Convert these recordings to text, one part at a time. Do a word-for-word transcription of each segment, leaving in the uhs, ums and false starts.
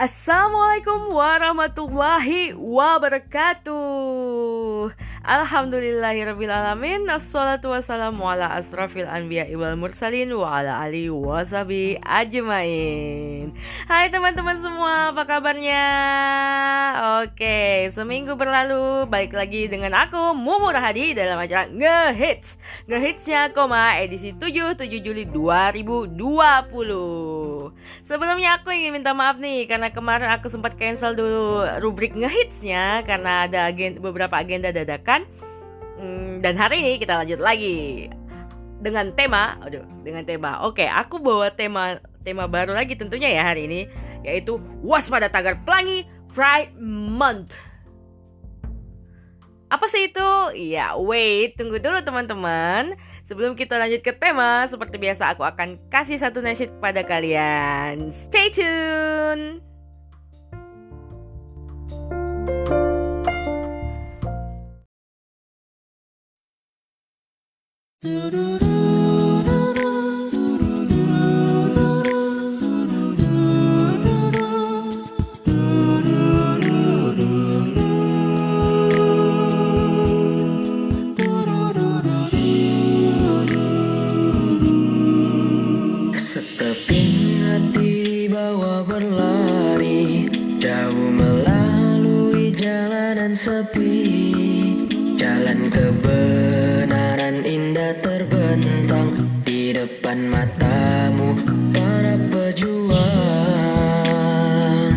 Assalamualaikum warahmatullahi wabarakatuh. Alhamdulillahirrabbilalamin. Assalatu wassalamu ala asrafil anbiya'i wal mursalin wa ala alihi washabihi ajmain. Hai teman-teman semua, apa kabarnya? Oke, seminggu berlalu balik lagi dengan aku Mumu Rahadi dalam acara Ngehits Ngehitsnya koma edisi tujuh Juli dua ribu dua puluh. Sebelumnya aku ingin minta maaf nih karena kemarin aku sempat cancel dulu rubrik ngehitsnya karena ada agen, beberapa agenda dadakan. hmm, Dan hari ini kita lanjut lagi dengan tema, aduh, dengan tema. Oke, aku bawa tema tema baru lagi tentunya ya hari ini, yaitu waspada tagar pelangi Pride Month. Apa sih itu? Ya, wait, tunggu dulu teman-teman. Sebelum kita lanjut ke tema, seperti biasa aku akan kasih satu nasyid kepada kalian. Stay tune. Sekeping hati bawa berlari, jauh melalui jalanan sepi. Jalan kebenaran indah terbentang di depan matamu para pejuang.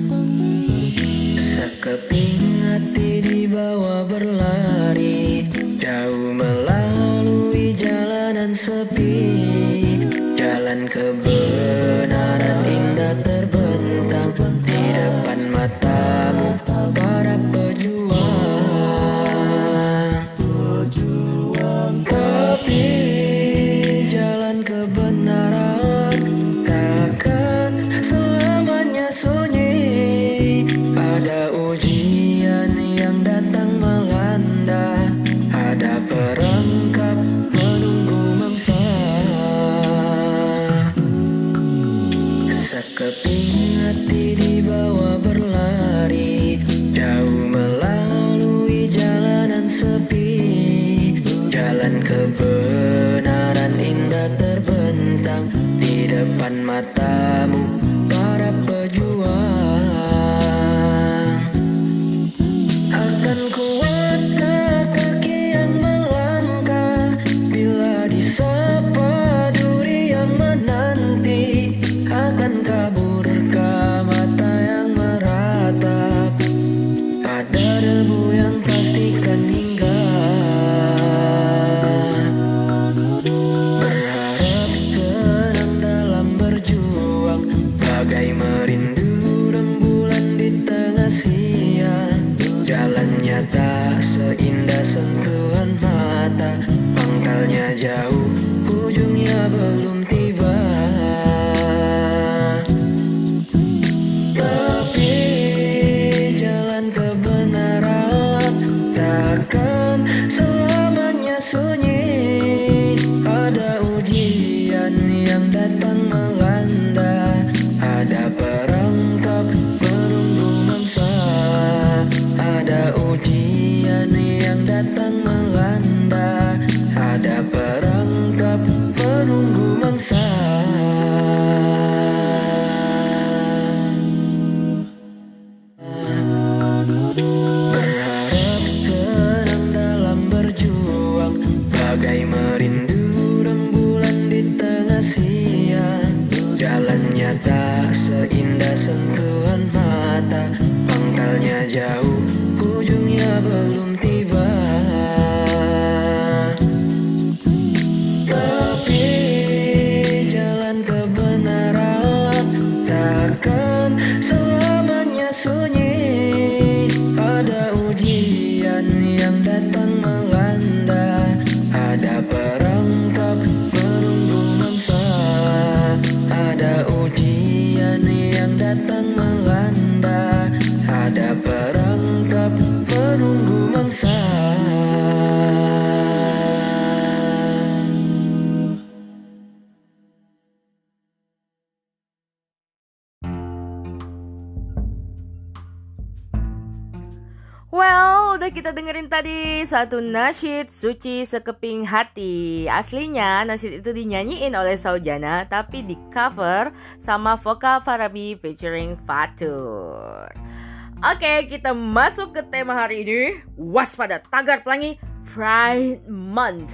Sekeping hati dibawa berlari, jauh melalui jalanan sepi. Jalan kebenaran indah terbentang di depan matamu para pejuang. Tapi jalan kebenaran takkan selamanya sunyi. Ada ujian yang datang melanda, ada perangkap menunggu mangsa. Sekeping hati dibawa berlari, jauh melalui jalanan sepi. Jalan kebenaran indah terbentang di depan matamu para pejuang. Akan kuatkah kaki yang melangkah bila disapa duri yang menanti? Akan kaburkah mata yang meratap pada debu yang pastikan hingga? Berharap tenang dalam berjuang, bagai merindu rembulan di tengah siang. Jalannya tak seindah sentuhan mata, pangkalnya jauh, ujungnya belum tiba. Sunyi, ada ujian yang datang melanda, ada perangkap menunggu mangsa. Ada ujian yang datang melanda, ada perangkap menunggu mangsa. Bagai merindu rembulan di tengah siang. Jalannya tak seindah sentuhan mata, pangkalnya jauh, ujungnya belum tiba. Tapi jalan kebenaran takkan selamanya sunyi. Ada ujian yang datang melanda, ada perangkap menunggu mangsa. Ada ujian yang datang melanda, ada perangkap menunggu mangsa. Well, udah kita dengerin tadi satu nasyid suci sekeping hati. Aslinya nasyid itu dinyanyiin oleh Saujana, tapi di cover sama Vokal Farabi featuring Fatur. Oke, kita masuk ke tema hari ini. Waspada tagar pelangi Pride Month.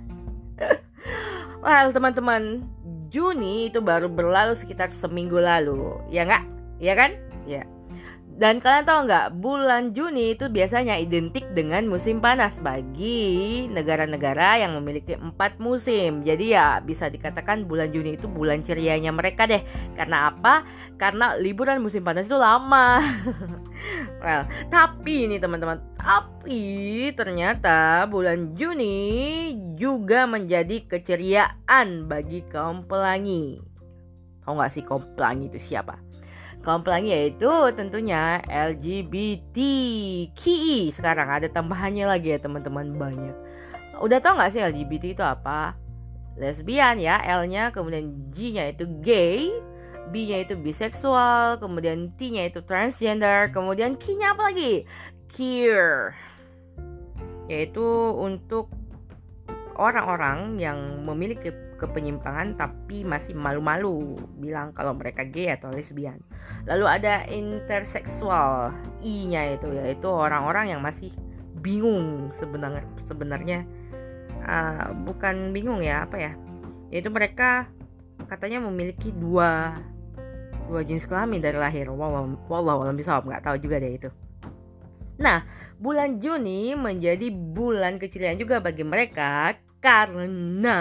Well, teman-teman, Juni itu baru berlalu sekitar seminggu lalu. Ya nggak? Ya kan? Ya. Dan kalian tahu nggak, bulan Juni itu biasanya identik dengan musim panas bagi negara-negara yang memiliki empat musim. Jadi ya bisa dikatakan bulan Juni itu bulan cerianya mereka deh. Karena apa? Karena liburan musim panas itu lama. Well, tapi ini teman-teman, tapi ternyata bulan Juni juga menjadi keceriaan bagi kaum pelangi. Tahu nggak sih kaum pelangi itu siapa? Kaum pelangi yaitu tentunya L G B T Q I. Sekarang ada tambahannya lagi ya teman-teman, banyak. Udah tau gak sih L G B T itu apa? Lesbian ya, L-nya, kemudian G-nya itu gay, B-nya itu biseksual, kemudian T-nya itu transgender, kemudian Q-nya apa lagi? Queer. Yaitu untuk orang-orang yang memiliki kepenyimpangan tapi masih malu-malu bilang kalau mereka gay atau lesbian. Lalu ada interseksual, I-nya itu yaitu orang-orang yang masih bingung sebenarnya sebenarnya uh, bukan bingung ya, apa ya? Yaitu mereka katanya memiliki dua dua jenis kelamin dari lahir. Wallahu a'lam bishawab, enggak tahu juga deh itu. Nah, bulan Juni menjadi bulan keceriaan juga bagi mereka karena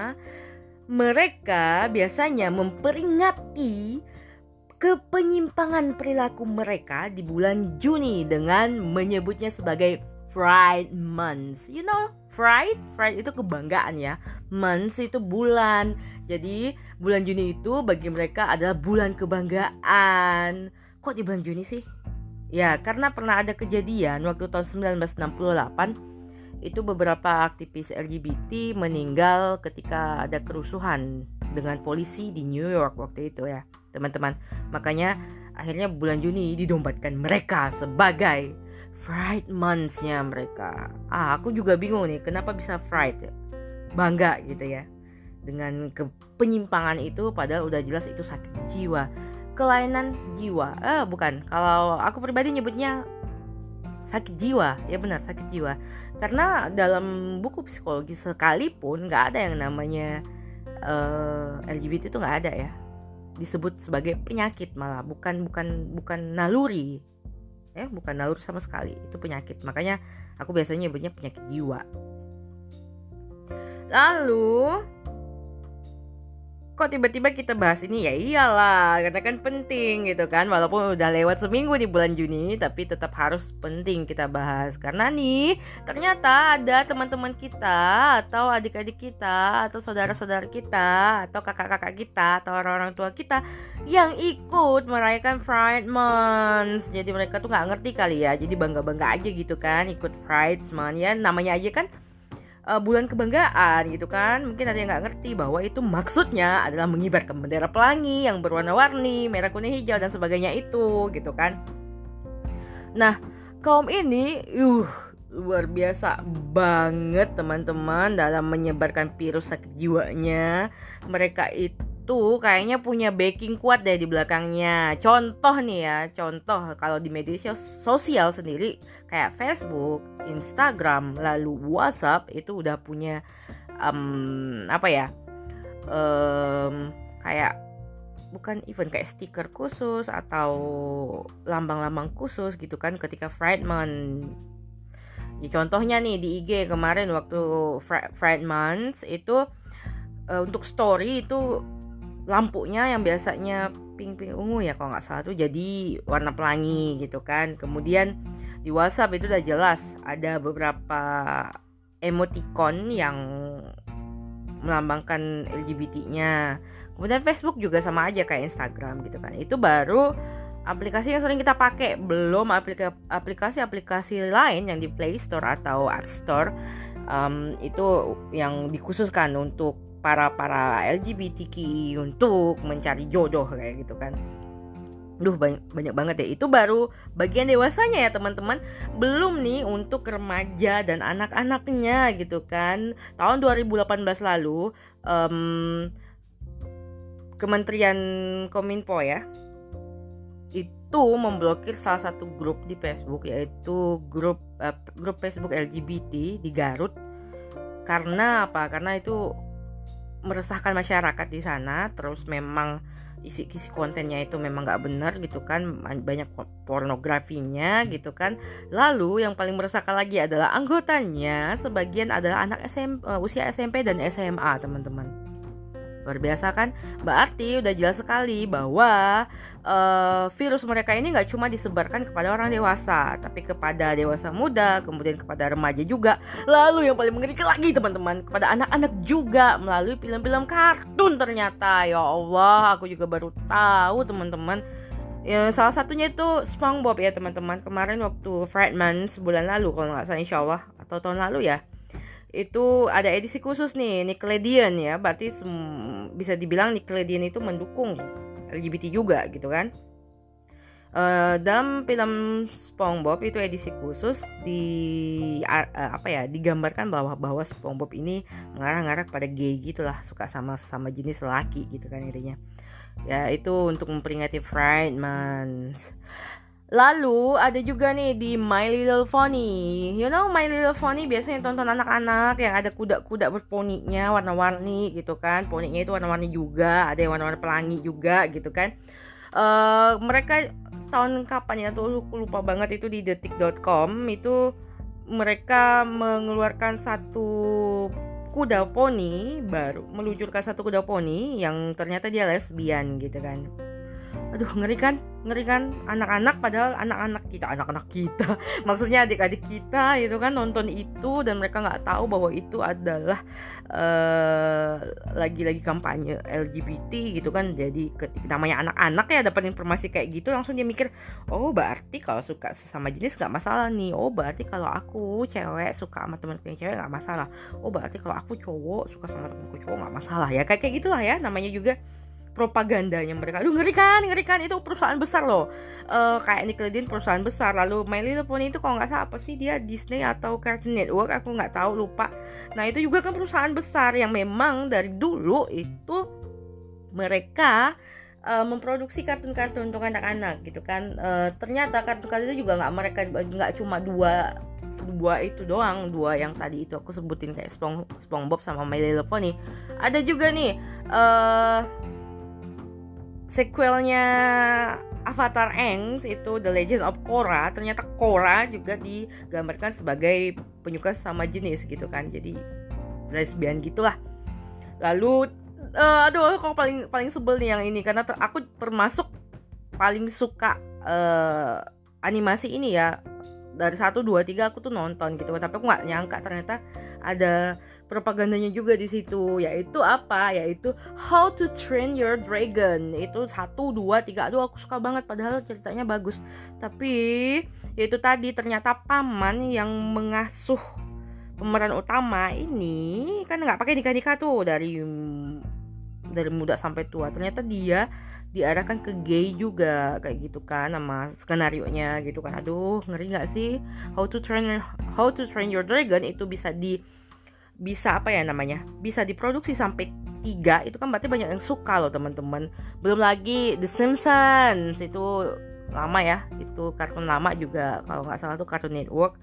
mereka biasanya memperingati kepenyimpangan perilaku mereka di bulan Juni dengan menyebutnya sebagai Pride Month. You know, Pride, Pride itu kebanggaan ya. Months itu bulan. Jadi bulan Juni itu bagi mereka adalah bulan kebanggaan. Kok di bulan Juni sih? Ya, karena pernah ada kejadian waktu tahun sembilan belas enam puluh delapan. Itu beberapa aktivis L G B T meninggal ketika ada kerusuhan dengan polisi di New York waktu itu ya teman-teman. Makanya akhirnya bulan Juni didombatkan mereka sebagai Pride Month-nya mereka. Ah, aku juga bingung nih kenapa bisa Pride, bangga gitu ya dengan kepenyimpangan itu, padahal udah jelas itu sakit jiwa, kelainan jiwa. Eh bukan, kalau aku pribadi nyebutnya sakit jiwa. Ya benar, sakit jiwa. Karena dalam buku psikologi sekalipun nggak ada yang namanya uh, L G B T itu nggak ada ya, disebut sebagai penyakit malah, bukan bukan bukan naluri, ya bukan naluri sama sekali, itu penyakit. Makanya aku biasanya nyebutnya penyakit jiwa. Lalu kok tiba-tiba kita bahas ini? Ya iyalah, karena kan penting gitu kan. Walaupun udah lewat seminggu di bulan Juni, tapi tetap harus penting kita bahas. Karena nih, ternyata ada teman-teman kita, atau adik-adik kita, atau saudara-saudara kita, atau kakak-kakak kita, atau orang-orang tua kita yang ikut merayakan Pride Month. Jadi mereka tuh gak ngerti kali ya, jadi bangga-bangga aja gitu kan ikut Pride Month ya. Namanya aja kan Uh, bulan kebanggaan gitu kan. Mungkin ada yang gak ngerti bahwa itu maksudnya adalah mengibarkan bendera pelangi yang berwarna-warni, merah, kuning, hijau dan sebagainya itu gitu kan. Nah, kaum ini uh luar biasa banget teman-teman dalam menyebarkan virus sakit jiwanya. Mereka itu kayaknya punya backing kuat deh di belakangnya. Contoh nih ya, contoh kalau di media sosial sendiri kayak Facebook, Instagram, lalu WhatsApp itu udah punya um, apa ya, um, kayak bukan event kayak stiker khusus atau lambang-lambang khusus gitu kan ketika Pride Month. Ya, contohnya nih di I G kemarin waktu Pride Month itu uh, untuk story itu lampunya yang biasanya pink-pink ungu ya kalau nggak salah tuh jadi warna pelangi gitu kan. Kemudian di WhatsApp itu udah jelas ada beberapa emoticon yang melambangkan L G B T-nya. Kemudian Facebook juga sama aja kayak Instagram gitu kan. Itu baru aplikasi yang sering kita pakai, belum aplika- aplikasi-aplikasi lain yang di Play Store atau App Store um, itu yang dikhususkan untuk para para L G B T Q I untuk mencari jodoh kayak gitu kan. Duh banyak, banyak banget ya. Itu baru bagian dewasanya ya teman-teman. Belum nih untuk remaja dan anak-anaknya gitu kan. Tahun dua ribu delapan belas lalu um, Kementerian Kominfo ya itu memblokir salah satu grup di Facebook, yaitu grup uh, grup Facebook L G B T di Garut. Karena apa? Karena itu meresahkan masyarakat di sana. Terus memang isi-isi kontennya itu memang nggak benar gitu kan, banyak pornografinya gitu kan. Lalu yang paling meresahkan lagi adalah anggotanya sebagian adalah anak S M, uh, usia S M P dan S M A teman-teman. Luar biasa kan? Berarti udah jelas sekali bahwa uh, virus mereka ini gak cuma disebarkan kepada orang dewasa, tapi kepada dewasa muda, kemudian kepada remaja juga. Lalu yang paling mengerikan lagi teman-teman, kepada anak-anak juga melalui film-film kartun ternyata. Ya Allah, aku juga baru tahu teman-teman. Ya, salah satunya itu SpongeBob ya teman-teman. Kemarin waktu Friedman sebulan lalu kalau gak salah, insya Allah, atau tahun lalu ya, itu ada edisi khusus nih Nickelodeon ya. Berarti sem- bisa dibilang Nickelodeon itu mendukung L G B T juga gitu kan. Uh, dalam film SpongeBob itu edisi khusus di uh, apa ya digambarkan bahwa bahwa SpongeBob ini mengarah-ngarah kepada gay gitulah, suka sama sama jenis laki gitu kan intinya. Ya itu untuk memperingati Pride Month. Lalu ada juga nih di My Little Pony. You know My Little Pony biasanya tonton anak-anak yang ada kuda-kuda berponinya warna-warni gitu kan. Poninya itu warna-warni juga, ada yang warna-warni pelangi juga gitu kan. Uh, mereka tahun kapan ya tuh aku lupa banget, itu di detik dot com itu mereka mengeluarkan satu kuda poni baru, meluncurkan satu kuda poni yang ternyata dia lesbian gitu kan. Aduh ngeri kan, ngeri kan, anak-anak padahal anak-anak kita, anak-anak kita, maksudnya adik-adik kita itu kan nonton itu dan mereka nggak tahu bahwa itu adalah uh, lagi-lagi kampanye L G B T gitu kan. Jadi ketika namanya anak-anak ya dapat informasi kayak gitu langsung dia mikir, oh berarti kalau suka sesama jenis nggak masalah nih. Oh berarti kalau aku cewek suka sama temanku yang cewek nggak masalah. Oh berarti kalau aku cowok suka sama temanku cowok nggak masalah ya. Kayak kayak gitulah ya, namanya juga propagandanya mereka. Aduh ngeri kan, ngeri kan, itu perusahaan besar loh. Uh, kayak Nickelodeon perusahaan besar. Lalu My Little Pony itu kalau nggak salah apa sih dia, Disney atau Cartoon Network, aku nggak tahu, lupa. Nah itu juga kan perusahaan besar yang memang dari dulu itu mereka uh, memproduksi kartun-kartun untuk anak-anak gitu kan. Uh, ternyata kartun-kartun itu juga nggak mereka nggak cuma dua dua itu doang, dua yang tadi itu aku sebutin kayak Spong, SpongeBob sama My Little Pony. Ada juga nih uh, sequelnya Avatar Aang itu The Legend of Korra. Ternyata Korra juga digambarkan sebagai penyuka sama jenis gitu kan, jadi lesbian gitulah. Lalu uh, aduh kok paling paling sebel nih yang ini, karena ter- aku termasuk paling suka uh, animasi ini ya. Dari satu, dua, tiga aku tuh nonton gitu. Tapi aku gak nyangka ternyata ada propagandanya juga di situ. Yaitu apa? Yaitu How to Train Your Dragon. Itu satu, dua, tiga. Aduh aku suka banget padahal ceritanya bagus. Tapi yaitu tadi ternyata paman yang mengasuh pemeran utama ini kan gak pakai nikah-nikah tuh dari dari muda sampai tua. Ternyata dia diarahkan ke gay juga kayak gitu kan sama skenario-nya gitu kan. Aduh ngeri nggak sih? How to Train How to Train Your Dragon itu bisa di bisa apa ya namanya? Bisa diproduksi sampai tiga. Itu kan berarti banyak yang suka loh teman-teman. Belum lagi The Simpsons, itu lama ya. Itu kartun lama juga kalau nggak salah tuh Cartoon Network.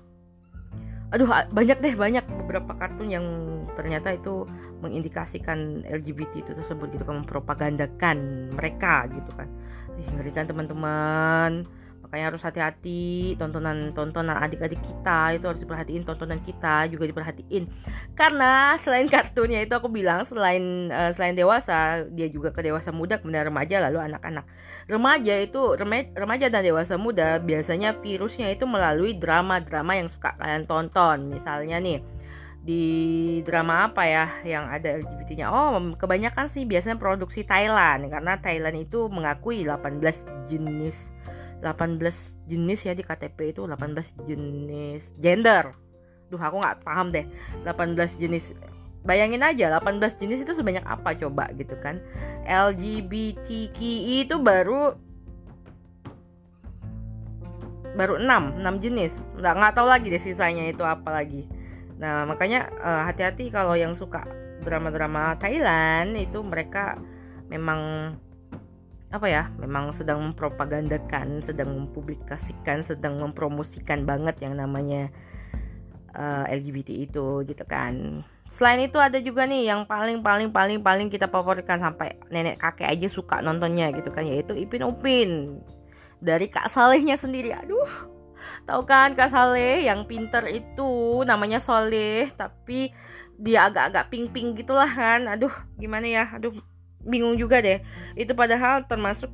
Aduh banyak deh, banyak beberapa kartun yang ternyata itu mengindikasikan L G B T itu tersebut gitu kan, mempropagandakan mereka gitu kan. Ih, ngeri kan teman-teman. Makanya harus hati-hati tontonan-tontonan adik-adik kita, itu harus diperhatiin, tontonan kita juga diperhatiin. Karena selain kartunnya itu aku bilang selain uh, selain dewasa, dia juga ke dewasa muda, kemudian remaja, lalu anak-anak. Remaja itu remaja dan dewasa muda biasanya virusnya itu melalui drama-drama yang suka kalian tonton. Misalnya nih di drama apa ya yang ada L G B T-nya? Oh, kebanyakan sih biasanya produksi Thailand, karena Thailand itu mengakui delapan belas jenis delapan belas jenis ya di K T P itu, delapan belas jenis gender. Duh aku gak paham deh, delapan belas jenis. Bayangin aja delapan belas jenis itu sebanyak apa coba gitu kan. L G B T Q I itu baru baru enam enam jenis. Nggak nggak tahu lagi deh sisanya itu apa lagi. Nah makanya uh, hati-hati kalau yang suka drama-drama Thailand itu, mereka memang apa ya, memang sedang mempropagandakan, sedang mempublikasikan, sedang mempromosikan banget yang namanya uh, L G B T itu gitu kan. Selain itu ada juga nih yang paling paling paling paling kita favoritkan, sampai nenek kakek aja suka nontonnya gitu kan, yaitu Ipin Upin dari Kak Salehnya sendiri. Aduh, tahu kan Kak Saleh yang pinter itu, namanya Soleh tapi dia agak-agak pink-pink gitulah kan. Aduh gimana ya, aduh bingung juga deh. Itu padahal termasuk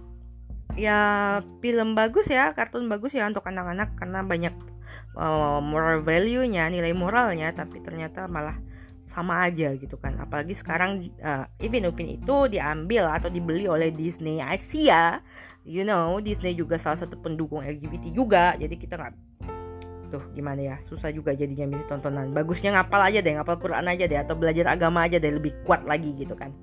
ya film bagus ya, kartun bagus ya untuk anak-anak, karena banyak uh, moral value-nya, nilai moralnya, tapi ternyata malah sama aja gitu kan. Apalagi sekarang uh, Ipin Upin itu diambil atau dibeli oleh Disney Asia. You know, Disney juga salah satu pendukung L G B T juga. Jadi kita nggak, tuh gimana ya, susah juga jadinya milih tontonan. Bagusnya ngapal aja deh, ngapal Quran aja deh, atau belajar agama aja deh, lebih kuat lagi gitu kan.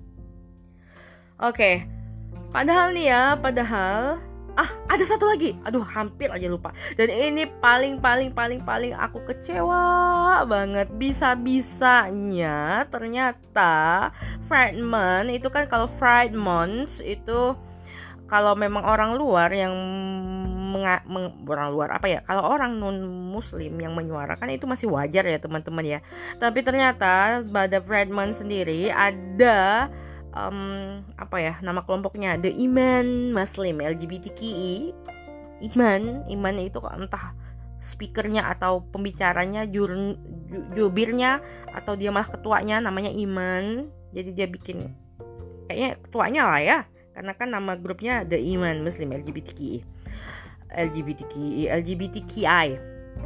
Oke, okay. Padahal nih ya, padahal ah ada satu lagi, aduh hampir aja lupa. Dan ini paling paling paling paling aku kecewa banget. Bisa-bisanya ternyata Friedman itu kan, kalau Friedmans itu kalau memang orang luar yang menga, meng, orang luar apa ya, kalau orang non muslim yang menyuarakan itu masih wajar ya teman-teman ya. Tapi ternyata pada Friedman sendiri ada Um, apa ya nama kelompoknya, The Iman Muslim L G B T Q I. Iman, Iman itu entah speakernya atau pembicaranya, jur, jubirnya, atau dia malah ketuanya namanya Iman. Jadi dia bikin kayaknya ketuanya lah ya, karena kan nama grupnya The Iman Muslim L G B T Q I. L G B T Q I, L G B T Q I.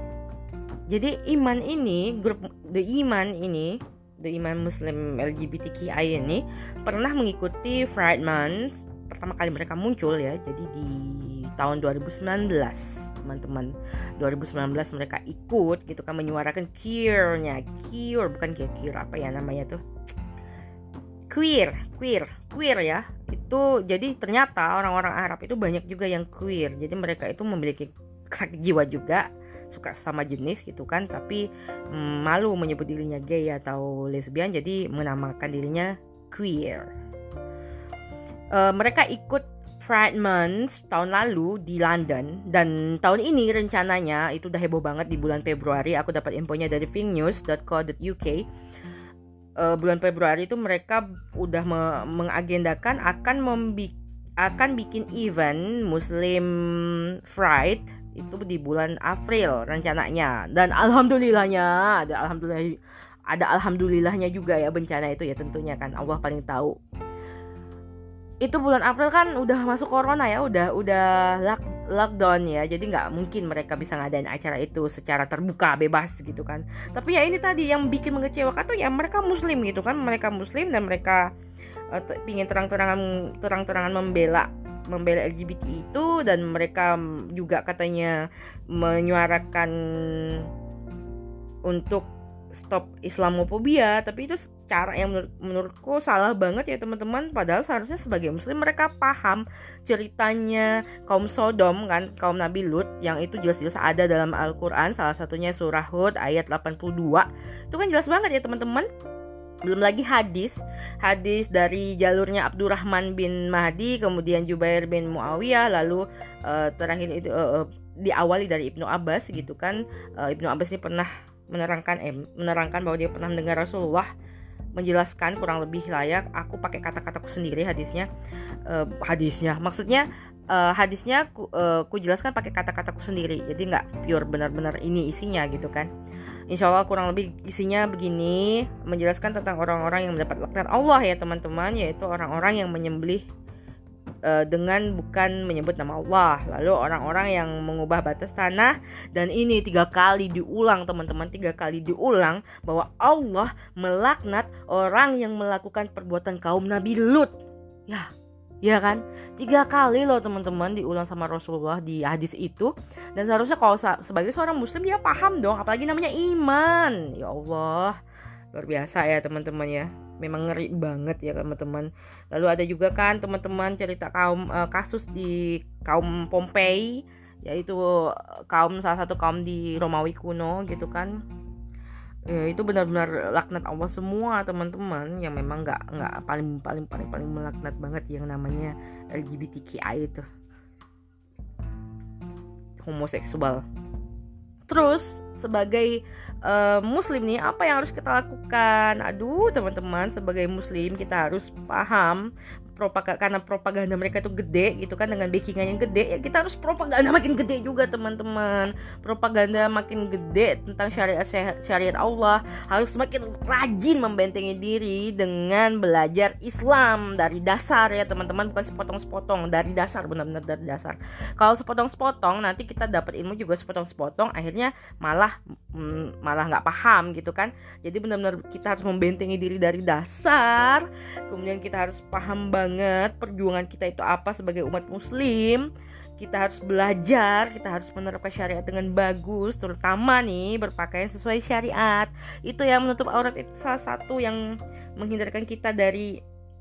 Jadi Iman ini, grup The Iman ini, The Iman Muslim L G B T Q I ini pernah mengikuti Friedman pertama kali mereka muncul ya. Jadi di tahun dua ribu sembilan belas teman-teman, dua ribu sembilan belas mereka ikut gitu kan, menyuarakan queer-nya, queer bukan queer, queer apa ya namanya tuh, queer, queer, queer ya. Itu jadi ternyata orang-orang Arab itu banyak juga yang queer. Jadi mereka itu memiliki sakit jiwa juga, suka sama jenis gitu kan, tapi mm, malu menyebut dirinya gay atau lesbian, jadi menamakan dirinya queer. Uh, mereka ikut Friedman tahun lalu di London, dan tahun ini rencananya itu udah heboh banget di bulan Februari. Aku dapat infonya dari finknews dot co dot uk. Uh, bulan Februari itu mereka udah me- mengagendakan akan membi- akan bikin event Muslim Pride itu di bulan April rencananya. Dan alhamdulillahnya ada alhamdulillah ada alhamdulillahnya juga ya, bencana itu ya tentunya kan, Allah paling tahu. Itu bulan April kan udah masuk corona ya, udah udah lock, lockdown ya, jadi nggak mungkin mereka bisa ngadain acara itu secara terbuka bebas gitu kan. Tapi ya ini tadi yang bikin mengecewakan tuh ya, mereka muslim gitu kan, mereka muslim dan mereka uh, t- pingin terang-terangan terang-terangan membela membela L G B T itu, dan mereka juga katanya menyuarakan untuk stop Islamofobia. Tapi itu cara yang menur- menurutku salah banget ya teman-teman. Padahal seharusnya sebagai muslim mereka paham ceritanya kaum Sodom kan, kaum Nabi Lut, yang itu jelas-jelas ada dalam Al-Quran, salah satunya surah Hud ayat delapan puluh dua. Itu kan jelas banget ya teman-teman. Belum lagi hadis hadis dari jalurnya Abdurrahman bin Mahdi, kemudian Jubair bin Muawiyah, lalu uh, terakhir itu uh, uh, diawali dari Ibnu Abbas gitu kan. uh, Ibnu Abbas ini pernah menerangkan eh, menerangkan bahwa dia pernah mendengar Rasulullah menjelaskan kurang lebih layak. Aku pakai kata-kataku sendiri hadisnya uh, hadisnya maksudnya uh, hadisnya ku, uh, ku jelaskan pakai kata-kataku sendiri, jadi nggak pure benar-benar ini isinya gitu kan. Insya Allah kurang lebih isinya begini, menjelaskan tentang orang-orang yang mendapat laknat Allah ya teman-teman, yaitu orang-orang yang menyembelih uh, dengan bukan menyebut nama Allah, lalu orang-orang yang mengubah batas tanah. Dan ini tiga kali diulang teman-teman, tiga kali diulang bahwa Allah melaknat orang yang melakukan perbuatan kaum Nabi Lut. Ya, ya kan, tiga kali loh teman-teman diulang sama Rasulullah di hadis itu. Dan seharusnya kalau sebagai seorang muslim dia paham dong, apalagi namanya iman. Ya Allah, luar biasa ya teman-teman ya, memang ngeri banget ya teman-teman. Lalu ada juga kan teman-teman cerita kaum uh, kasus di kaum Pompei yaitu kaum salah satu kaum di Romawi kuno gitu kan. Ya, itu benar-benar laknat Allah semua teman-teman, yang memang nggak nggak paling paling paling paling melaknat banget yang namanya L G B T Q I itu, homoseksual. Terus sebagai uh, muslim nih, apa yang harus kita lakukan? Aduh teman-teman, sebagai muslim kita harus paham propaganda, karena propaganda mereka itu gede gitu kan, dengan backingan yang gede, ya kita harus propaganda makin gede juga teman-teman. Propaganda makin gede tentang syariat syariat Allah, harus semakin rajin membentengi diri dengan belajar Islam dari dasar ya teman-teman, bukan sepotong-sepotong, dari dasar, benar-benar dari dasar. Kalau sepotong-sepotong nanti kita dapat ilmu juga sepotong-sepotong, akhirnya malah mm, malah nggak paham gitu kan. Jadi benar-benar kita harus membentengi diri dari dasar, kemudian kita harus paham banget banget perjuangan kita itu apa sebagai umat muslim. Kita harus belajar, kita harus menerapkan syariat dengan bagus, terutama nih berpakaian sesuai syariat. Itu yang menutup aurat, itu salah satu yang menghindarkan kita dari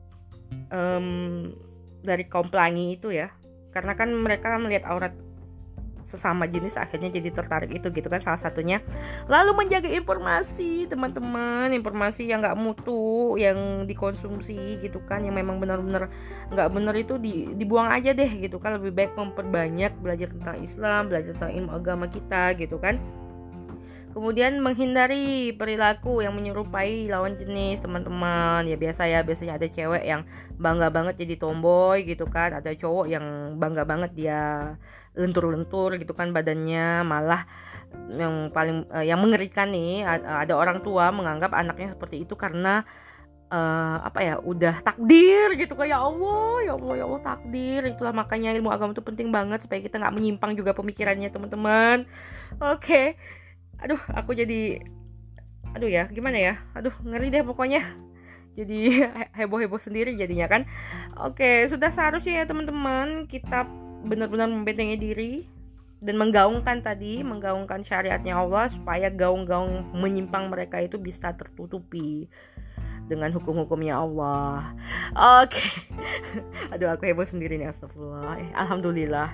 um, dari kaum pelangi itu ya. Karena kan mereka melihat aurat sesama jenis, akhirnya jadi tertarik itu gitu kan, salah satunya. Lalu menjaga informasi teman-teman, informasi yang nggak mutu yang dikonsumsi gitu kan, yang memang benar-benar nggak benar itu di, dibuang aja deh gitu kan. Lebih baik memperbanyak belajar tentang Islam, belajar tentang ilmu agama kita gitu kan. Kemudian menghindari perilaku yang menyerupai lawan jenis teman-teman. Ya biasa ya, biasanya ada cewek yang bangga banget jadi tomboy gitu kan, ada cowok yang bangga banget dia lentur-lentur gitu kan badannya. Malah yang paling uh, yang mengerikan nih, ada orang tua menganggap anaknya seperti itu karena uh, apa ya, udah takdir gitu kan. Ya Allah, ya Allah, ya Allah, takdir. Itulah makanya ilmu agama itu penting banget supaya kita nggak menyimpang juga pemikirannya teman-teman. Oke. Okay. Aduh, aku jadi aduh ya, gimana ya? Aduh, ngeri deh pokoknya. Jadi heboh-heboh sendiri jadinya kan. Oke, sudah seharusnya ya teman-teman kita benar-benar membentengi diri dan menggaungkan tadi, menggaungkan syariatnya Allah supaya gaung-gaung menyimpang mereka itu bisa tertutupi dengan hukum-hukumnya Allah. Oke. Aduh, aku heboh sendiri nih, astagfirullah. Eh, alhamdulillah.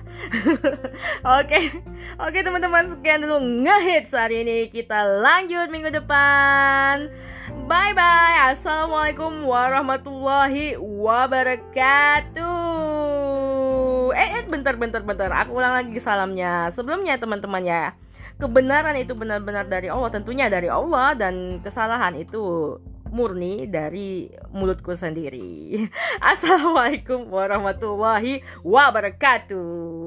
Oke. Oke teman-teman, sekian dulu ngehits hari ini. Kita lanjut minggu depan. Bye bye. Assalamualaikum warahmatullahi wabarakatuh. Eh, eh bentar bentar bentar. Aku ulang lagi salamnya. Sebelumnya teman-teman ya, kebenaran itu benar-benar dari Allah, tentunya dari Allah, dan kesalahan itu murni dari mulutku sendiri. Assalamualaikum warahmatullahi wabarakatuh.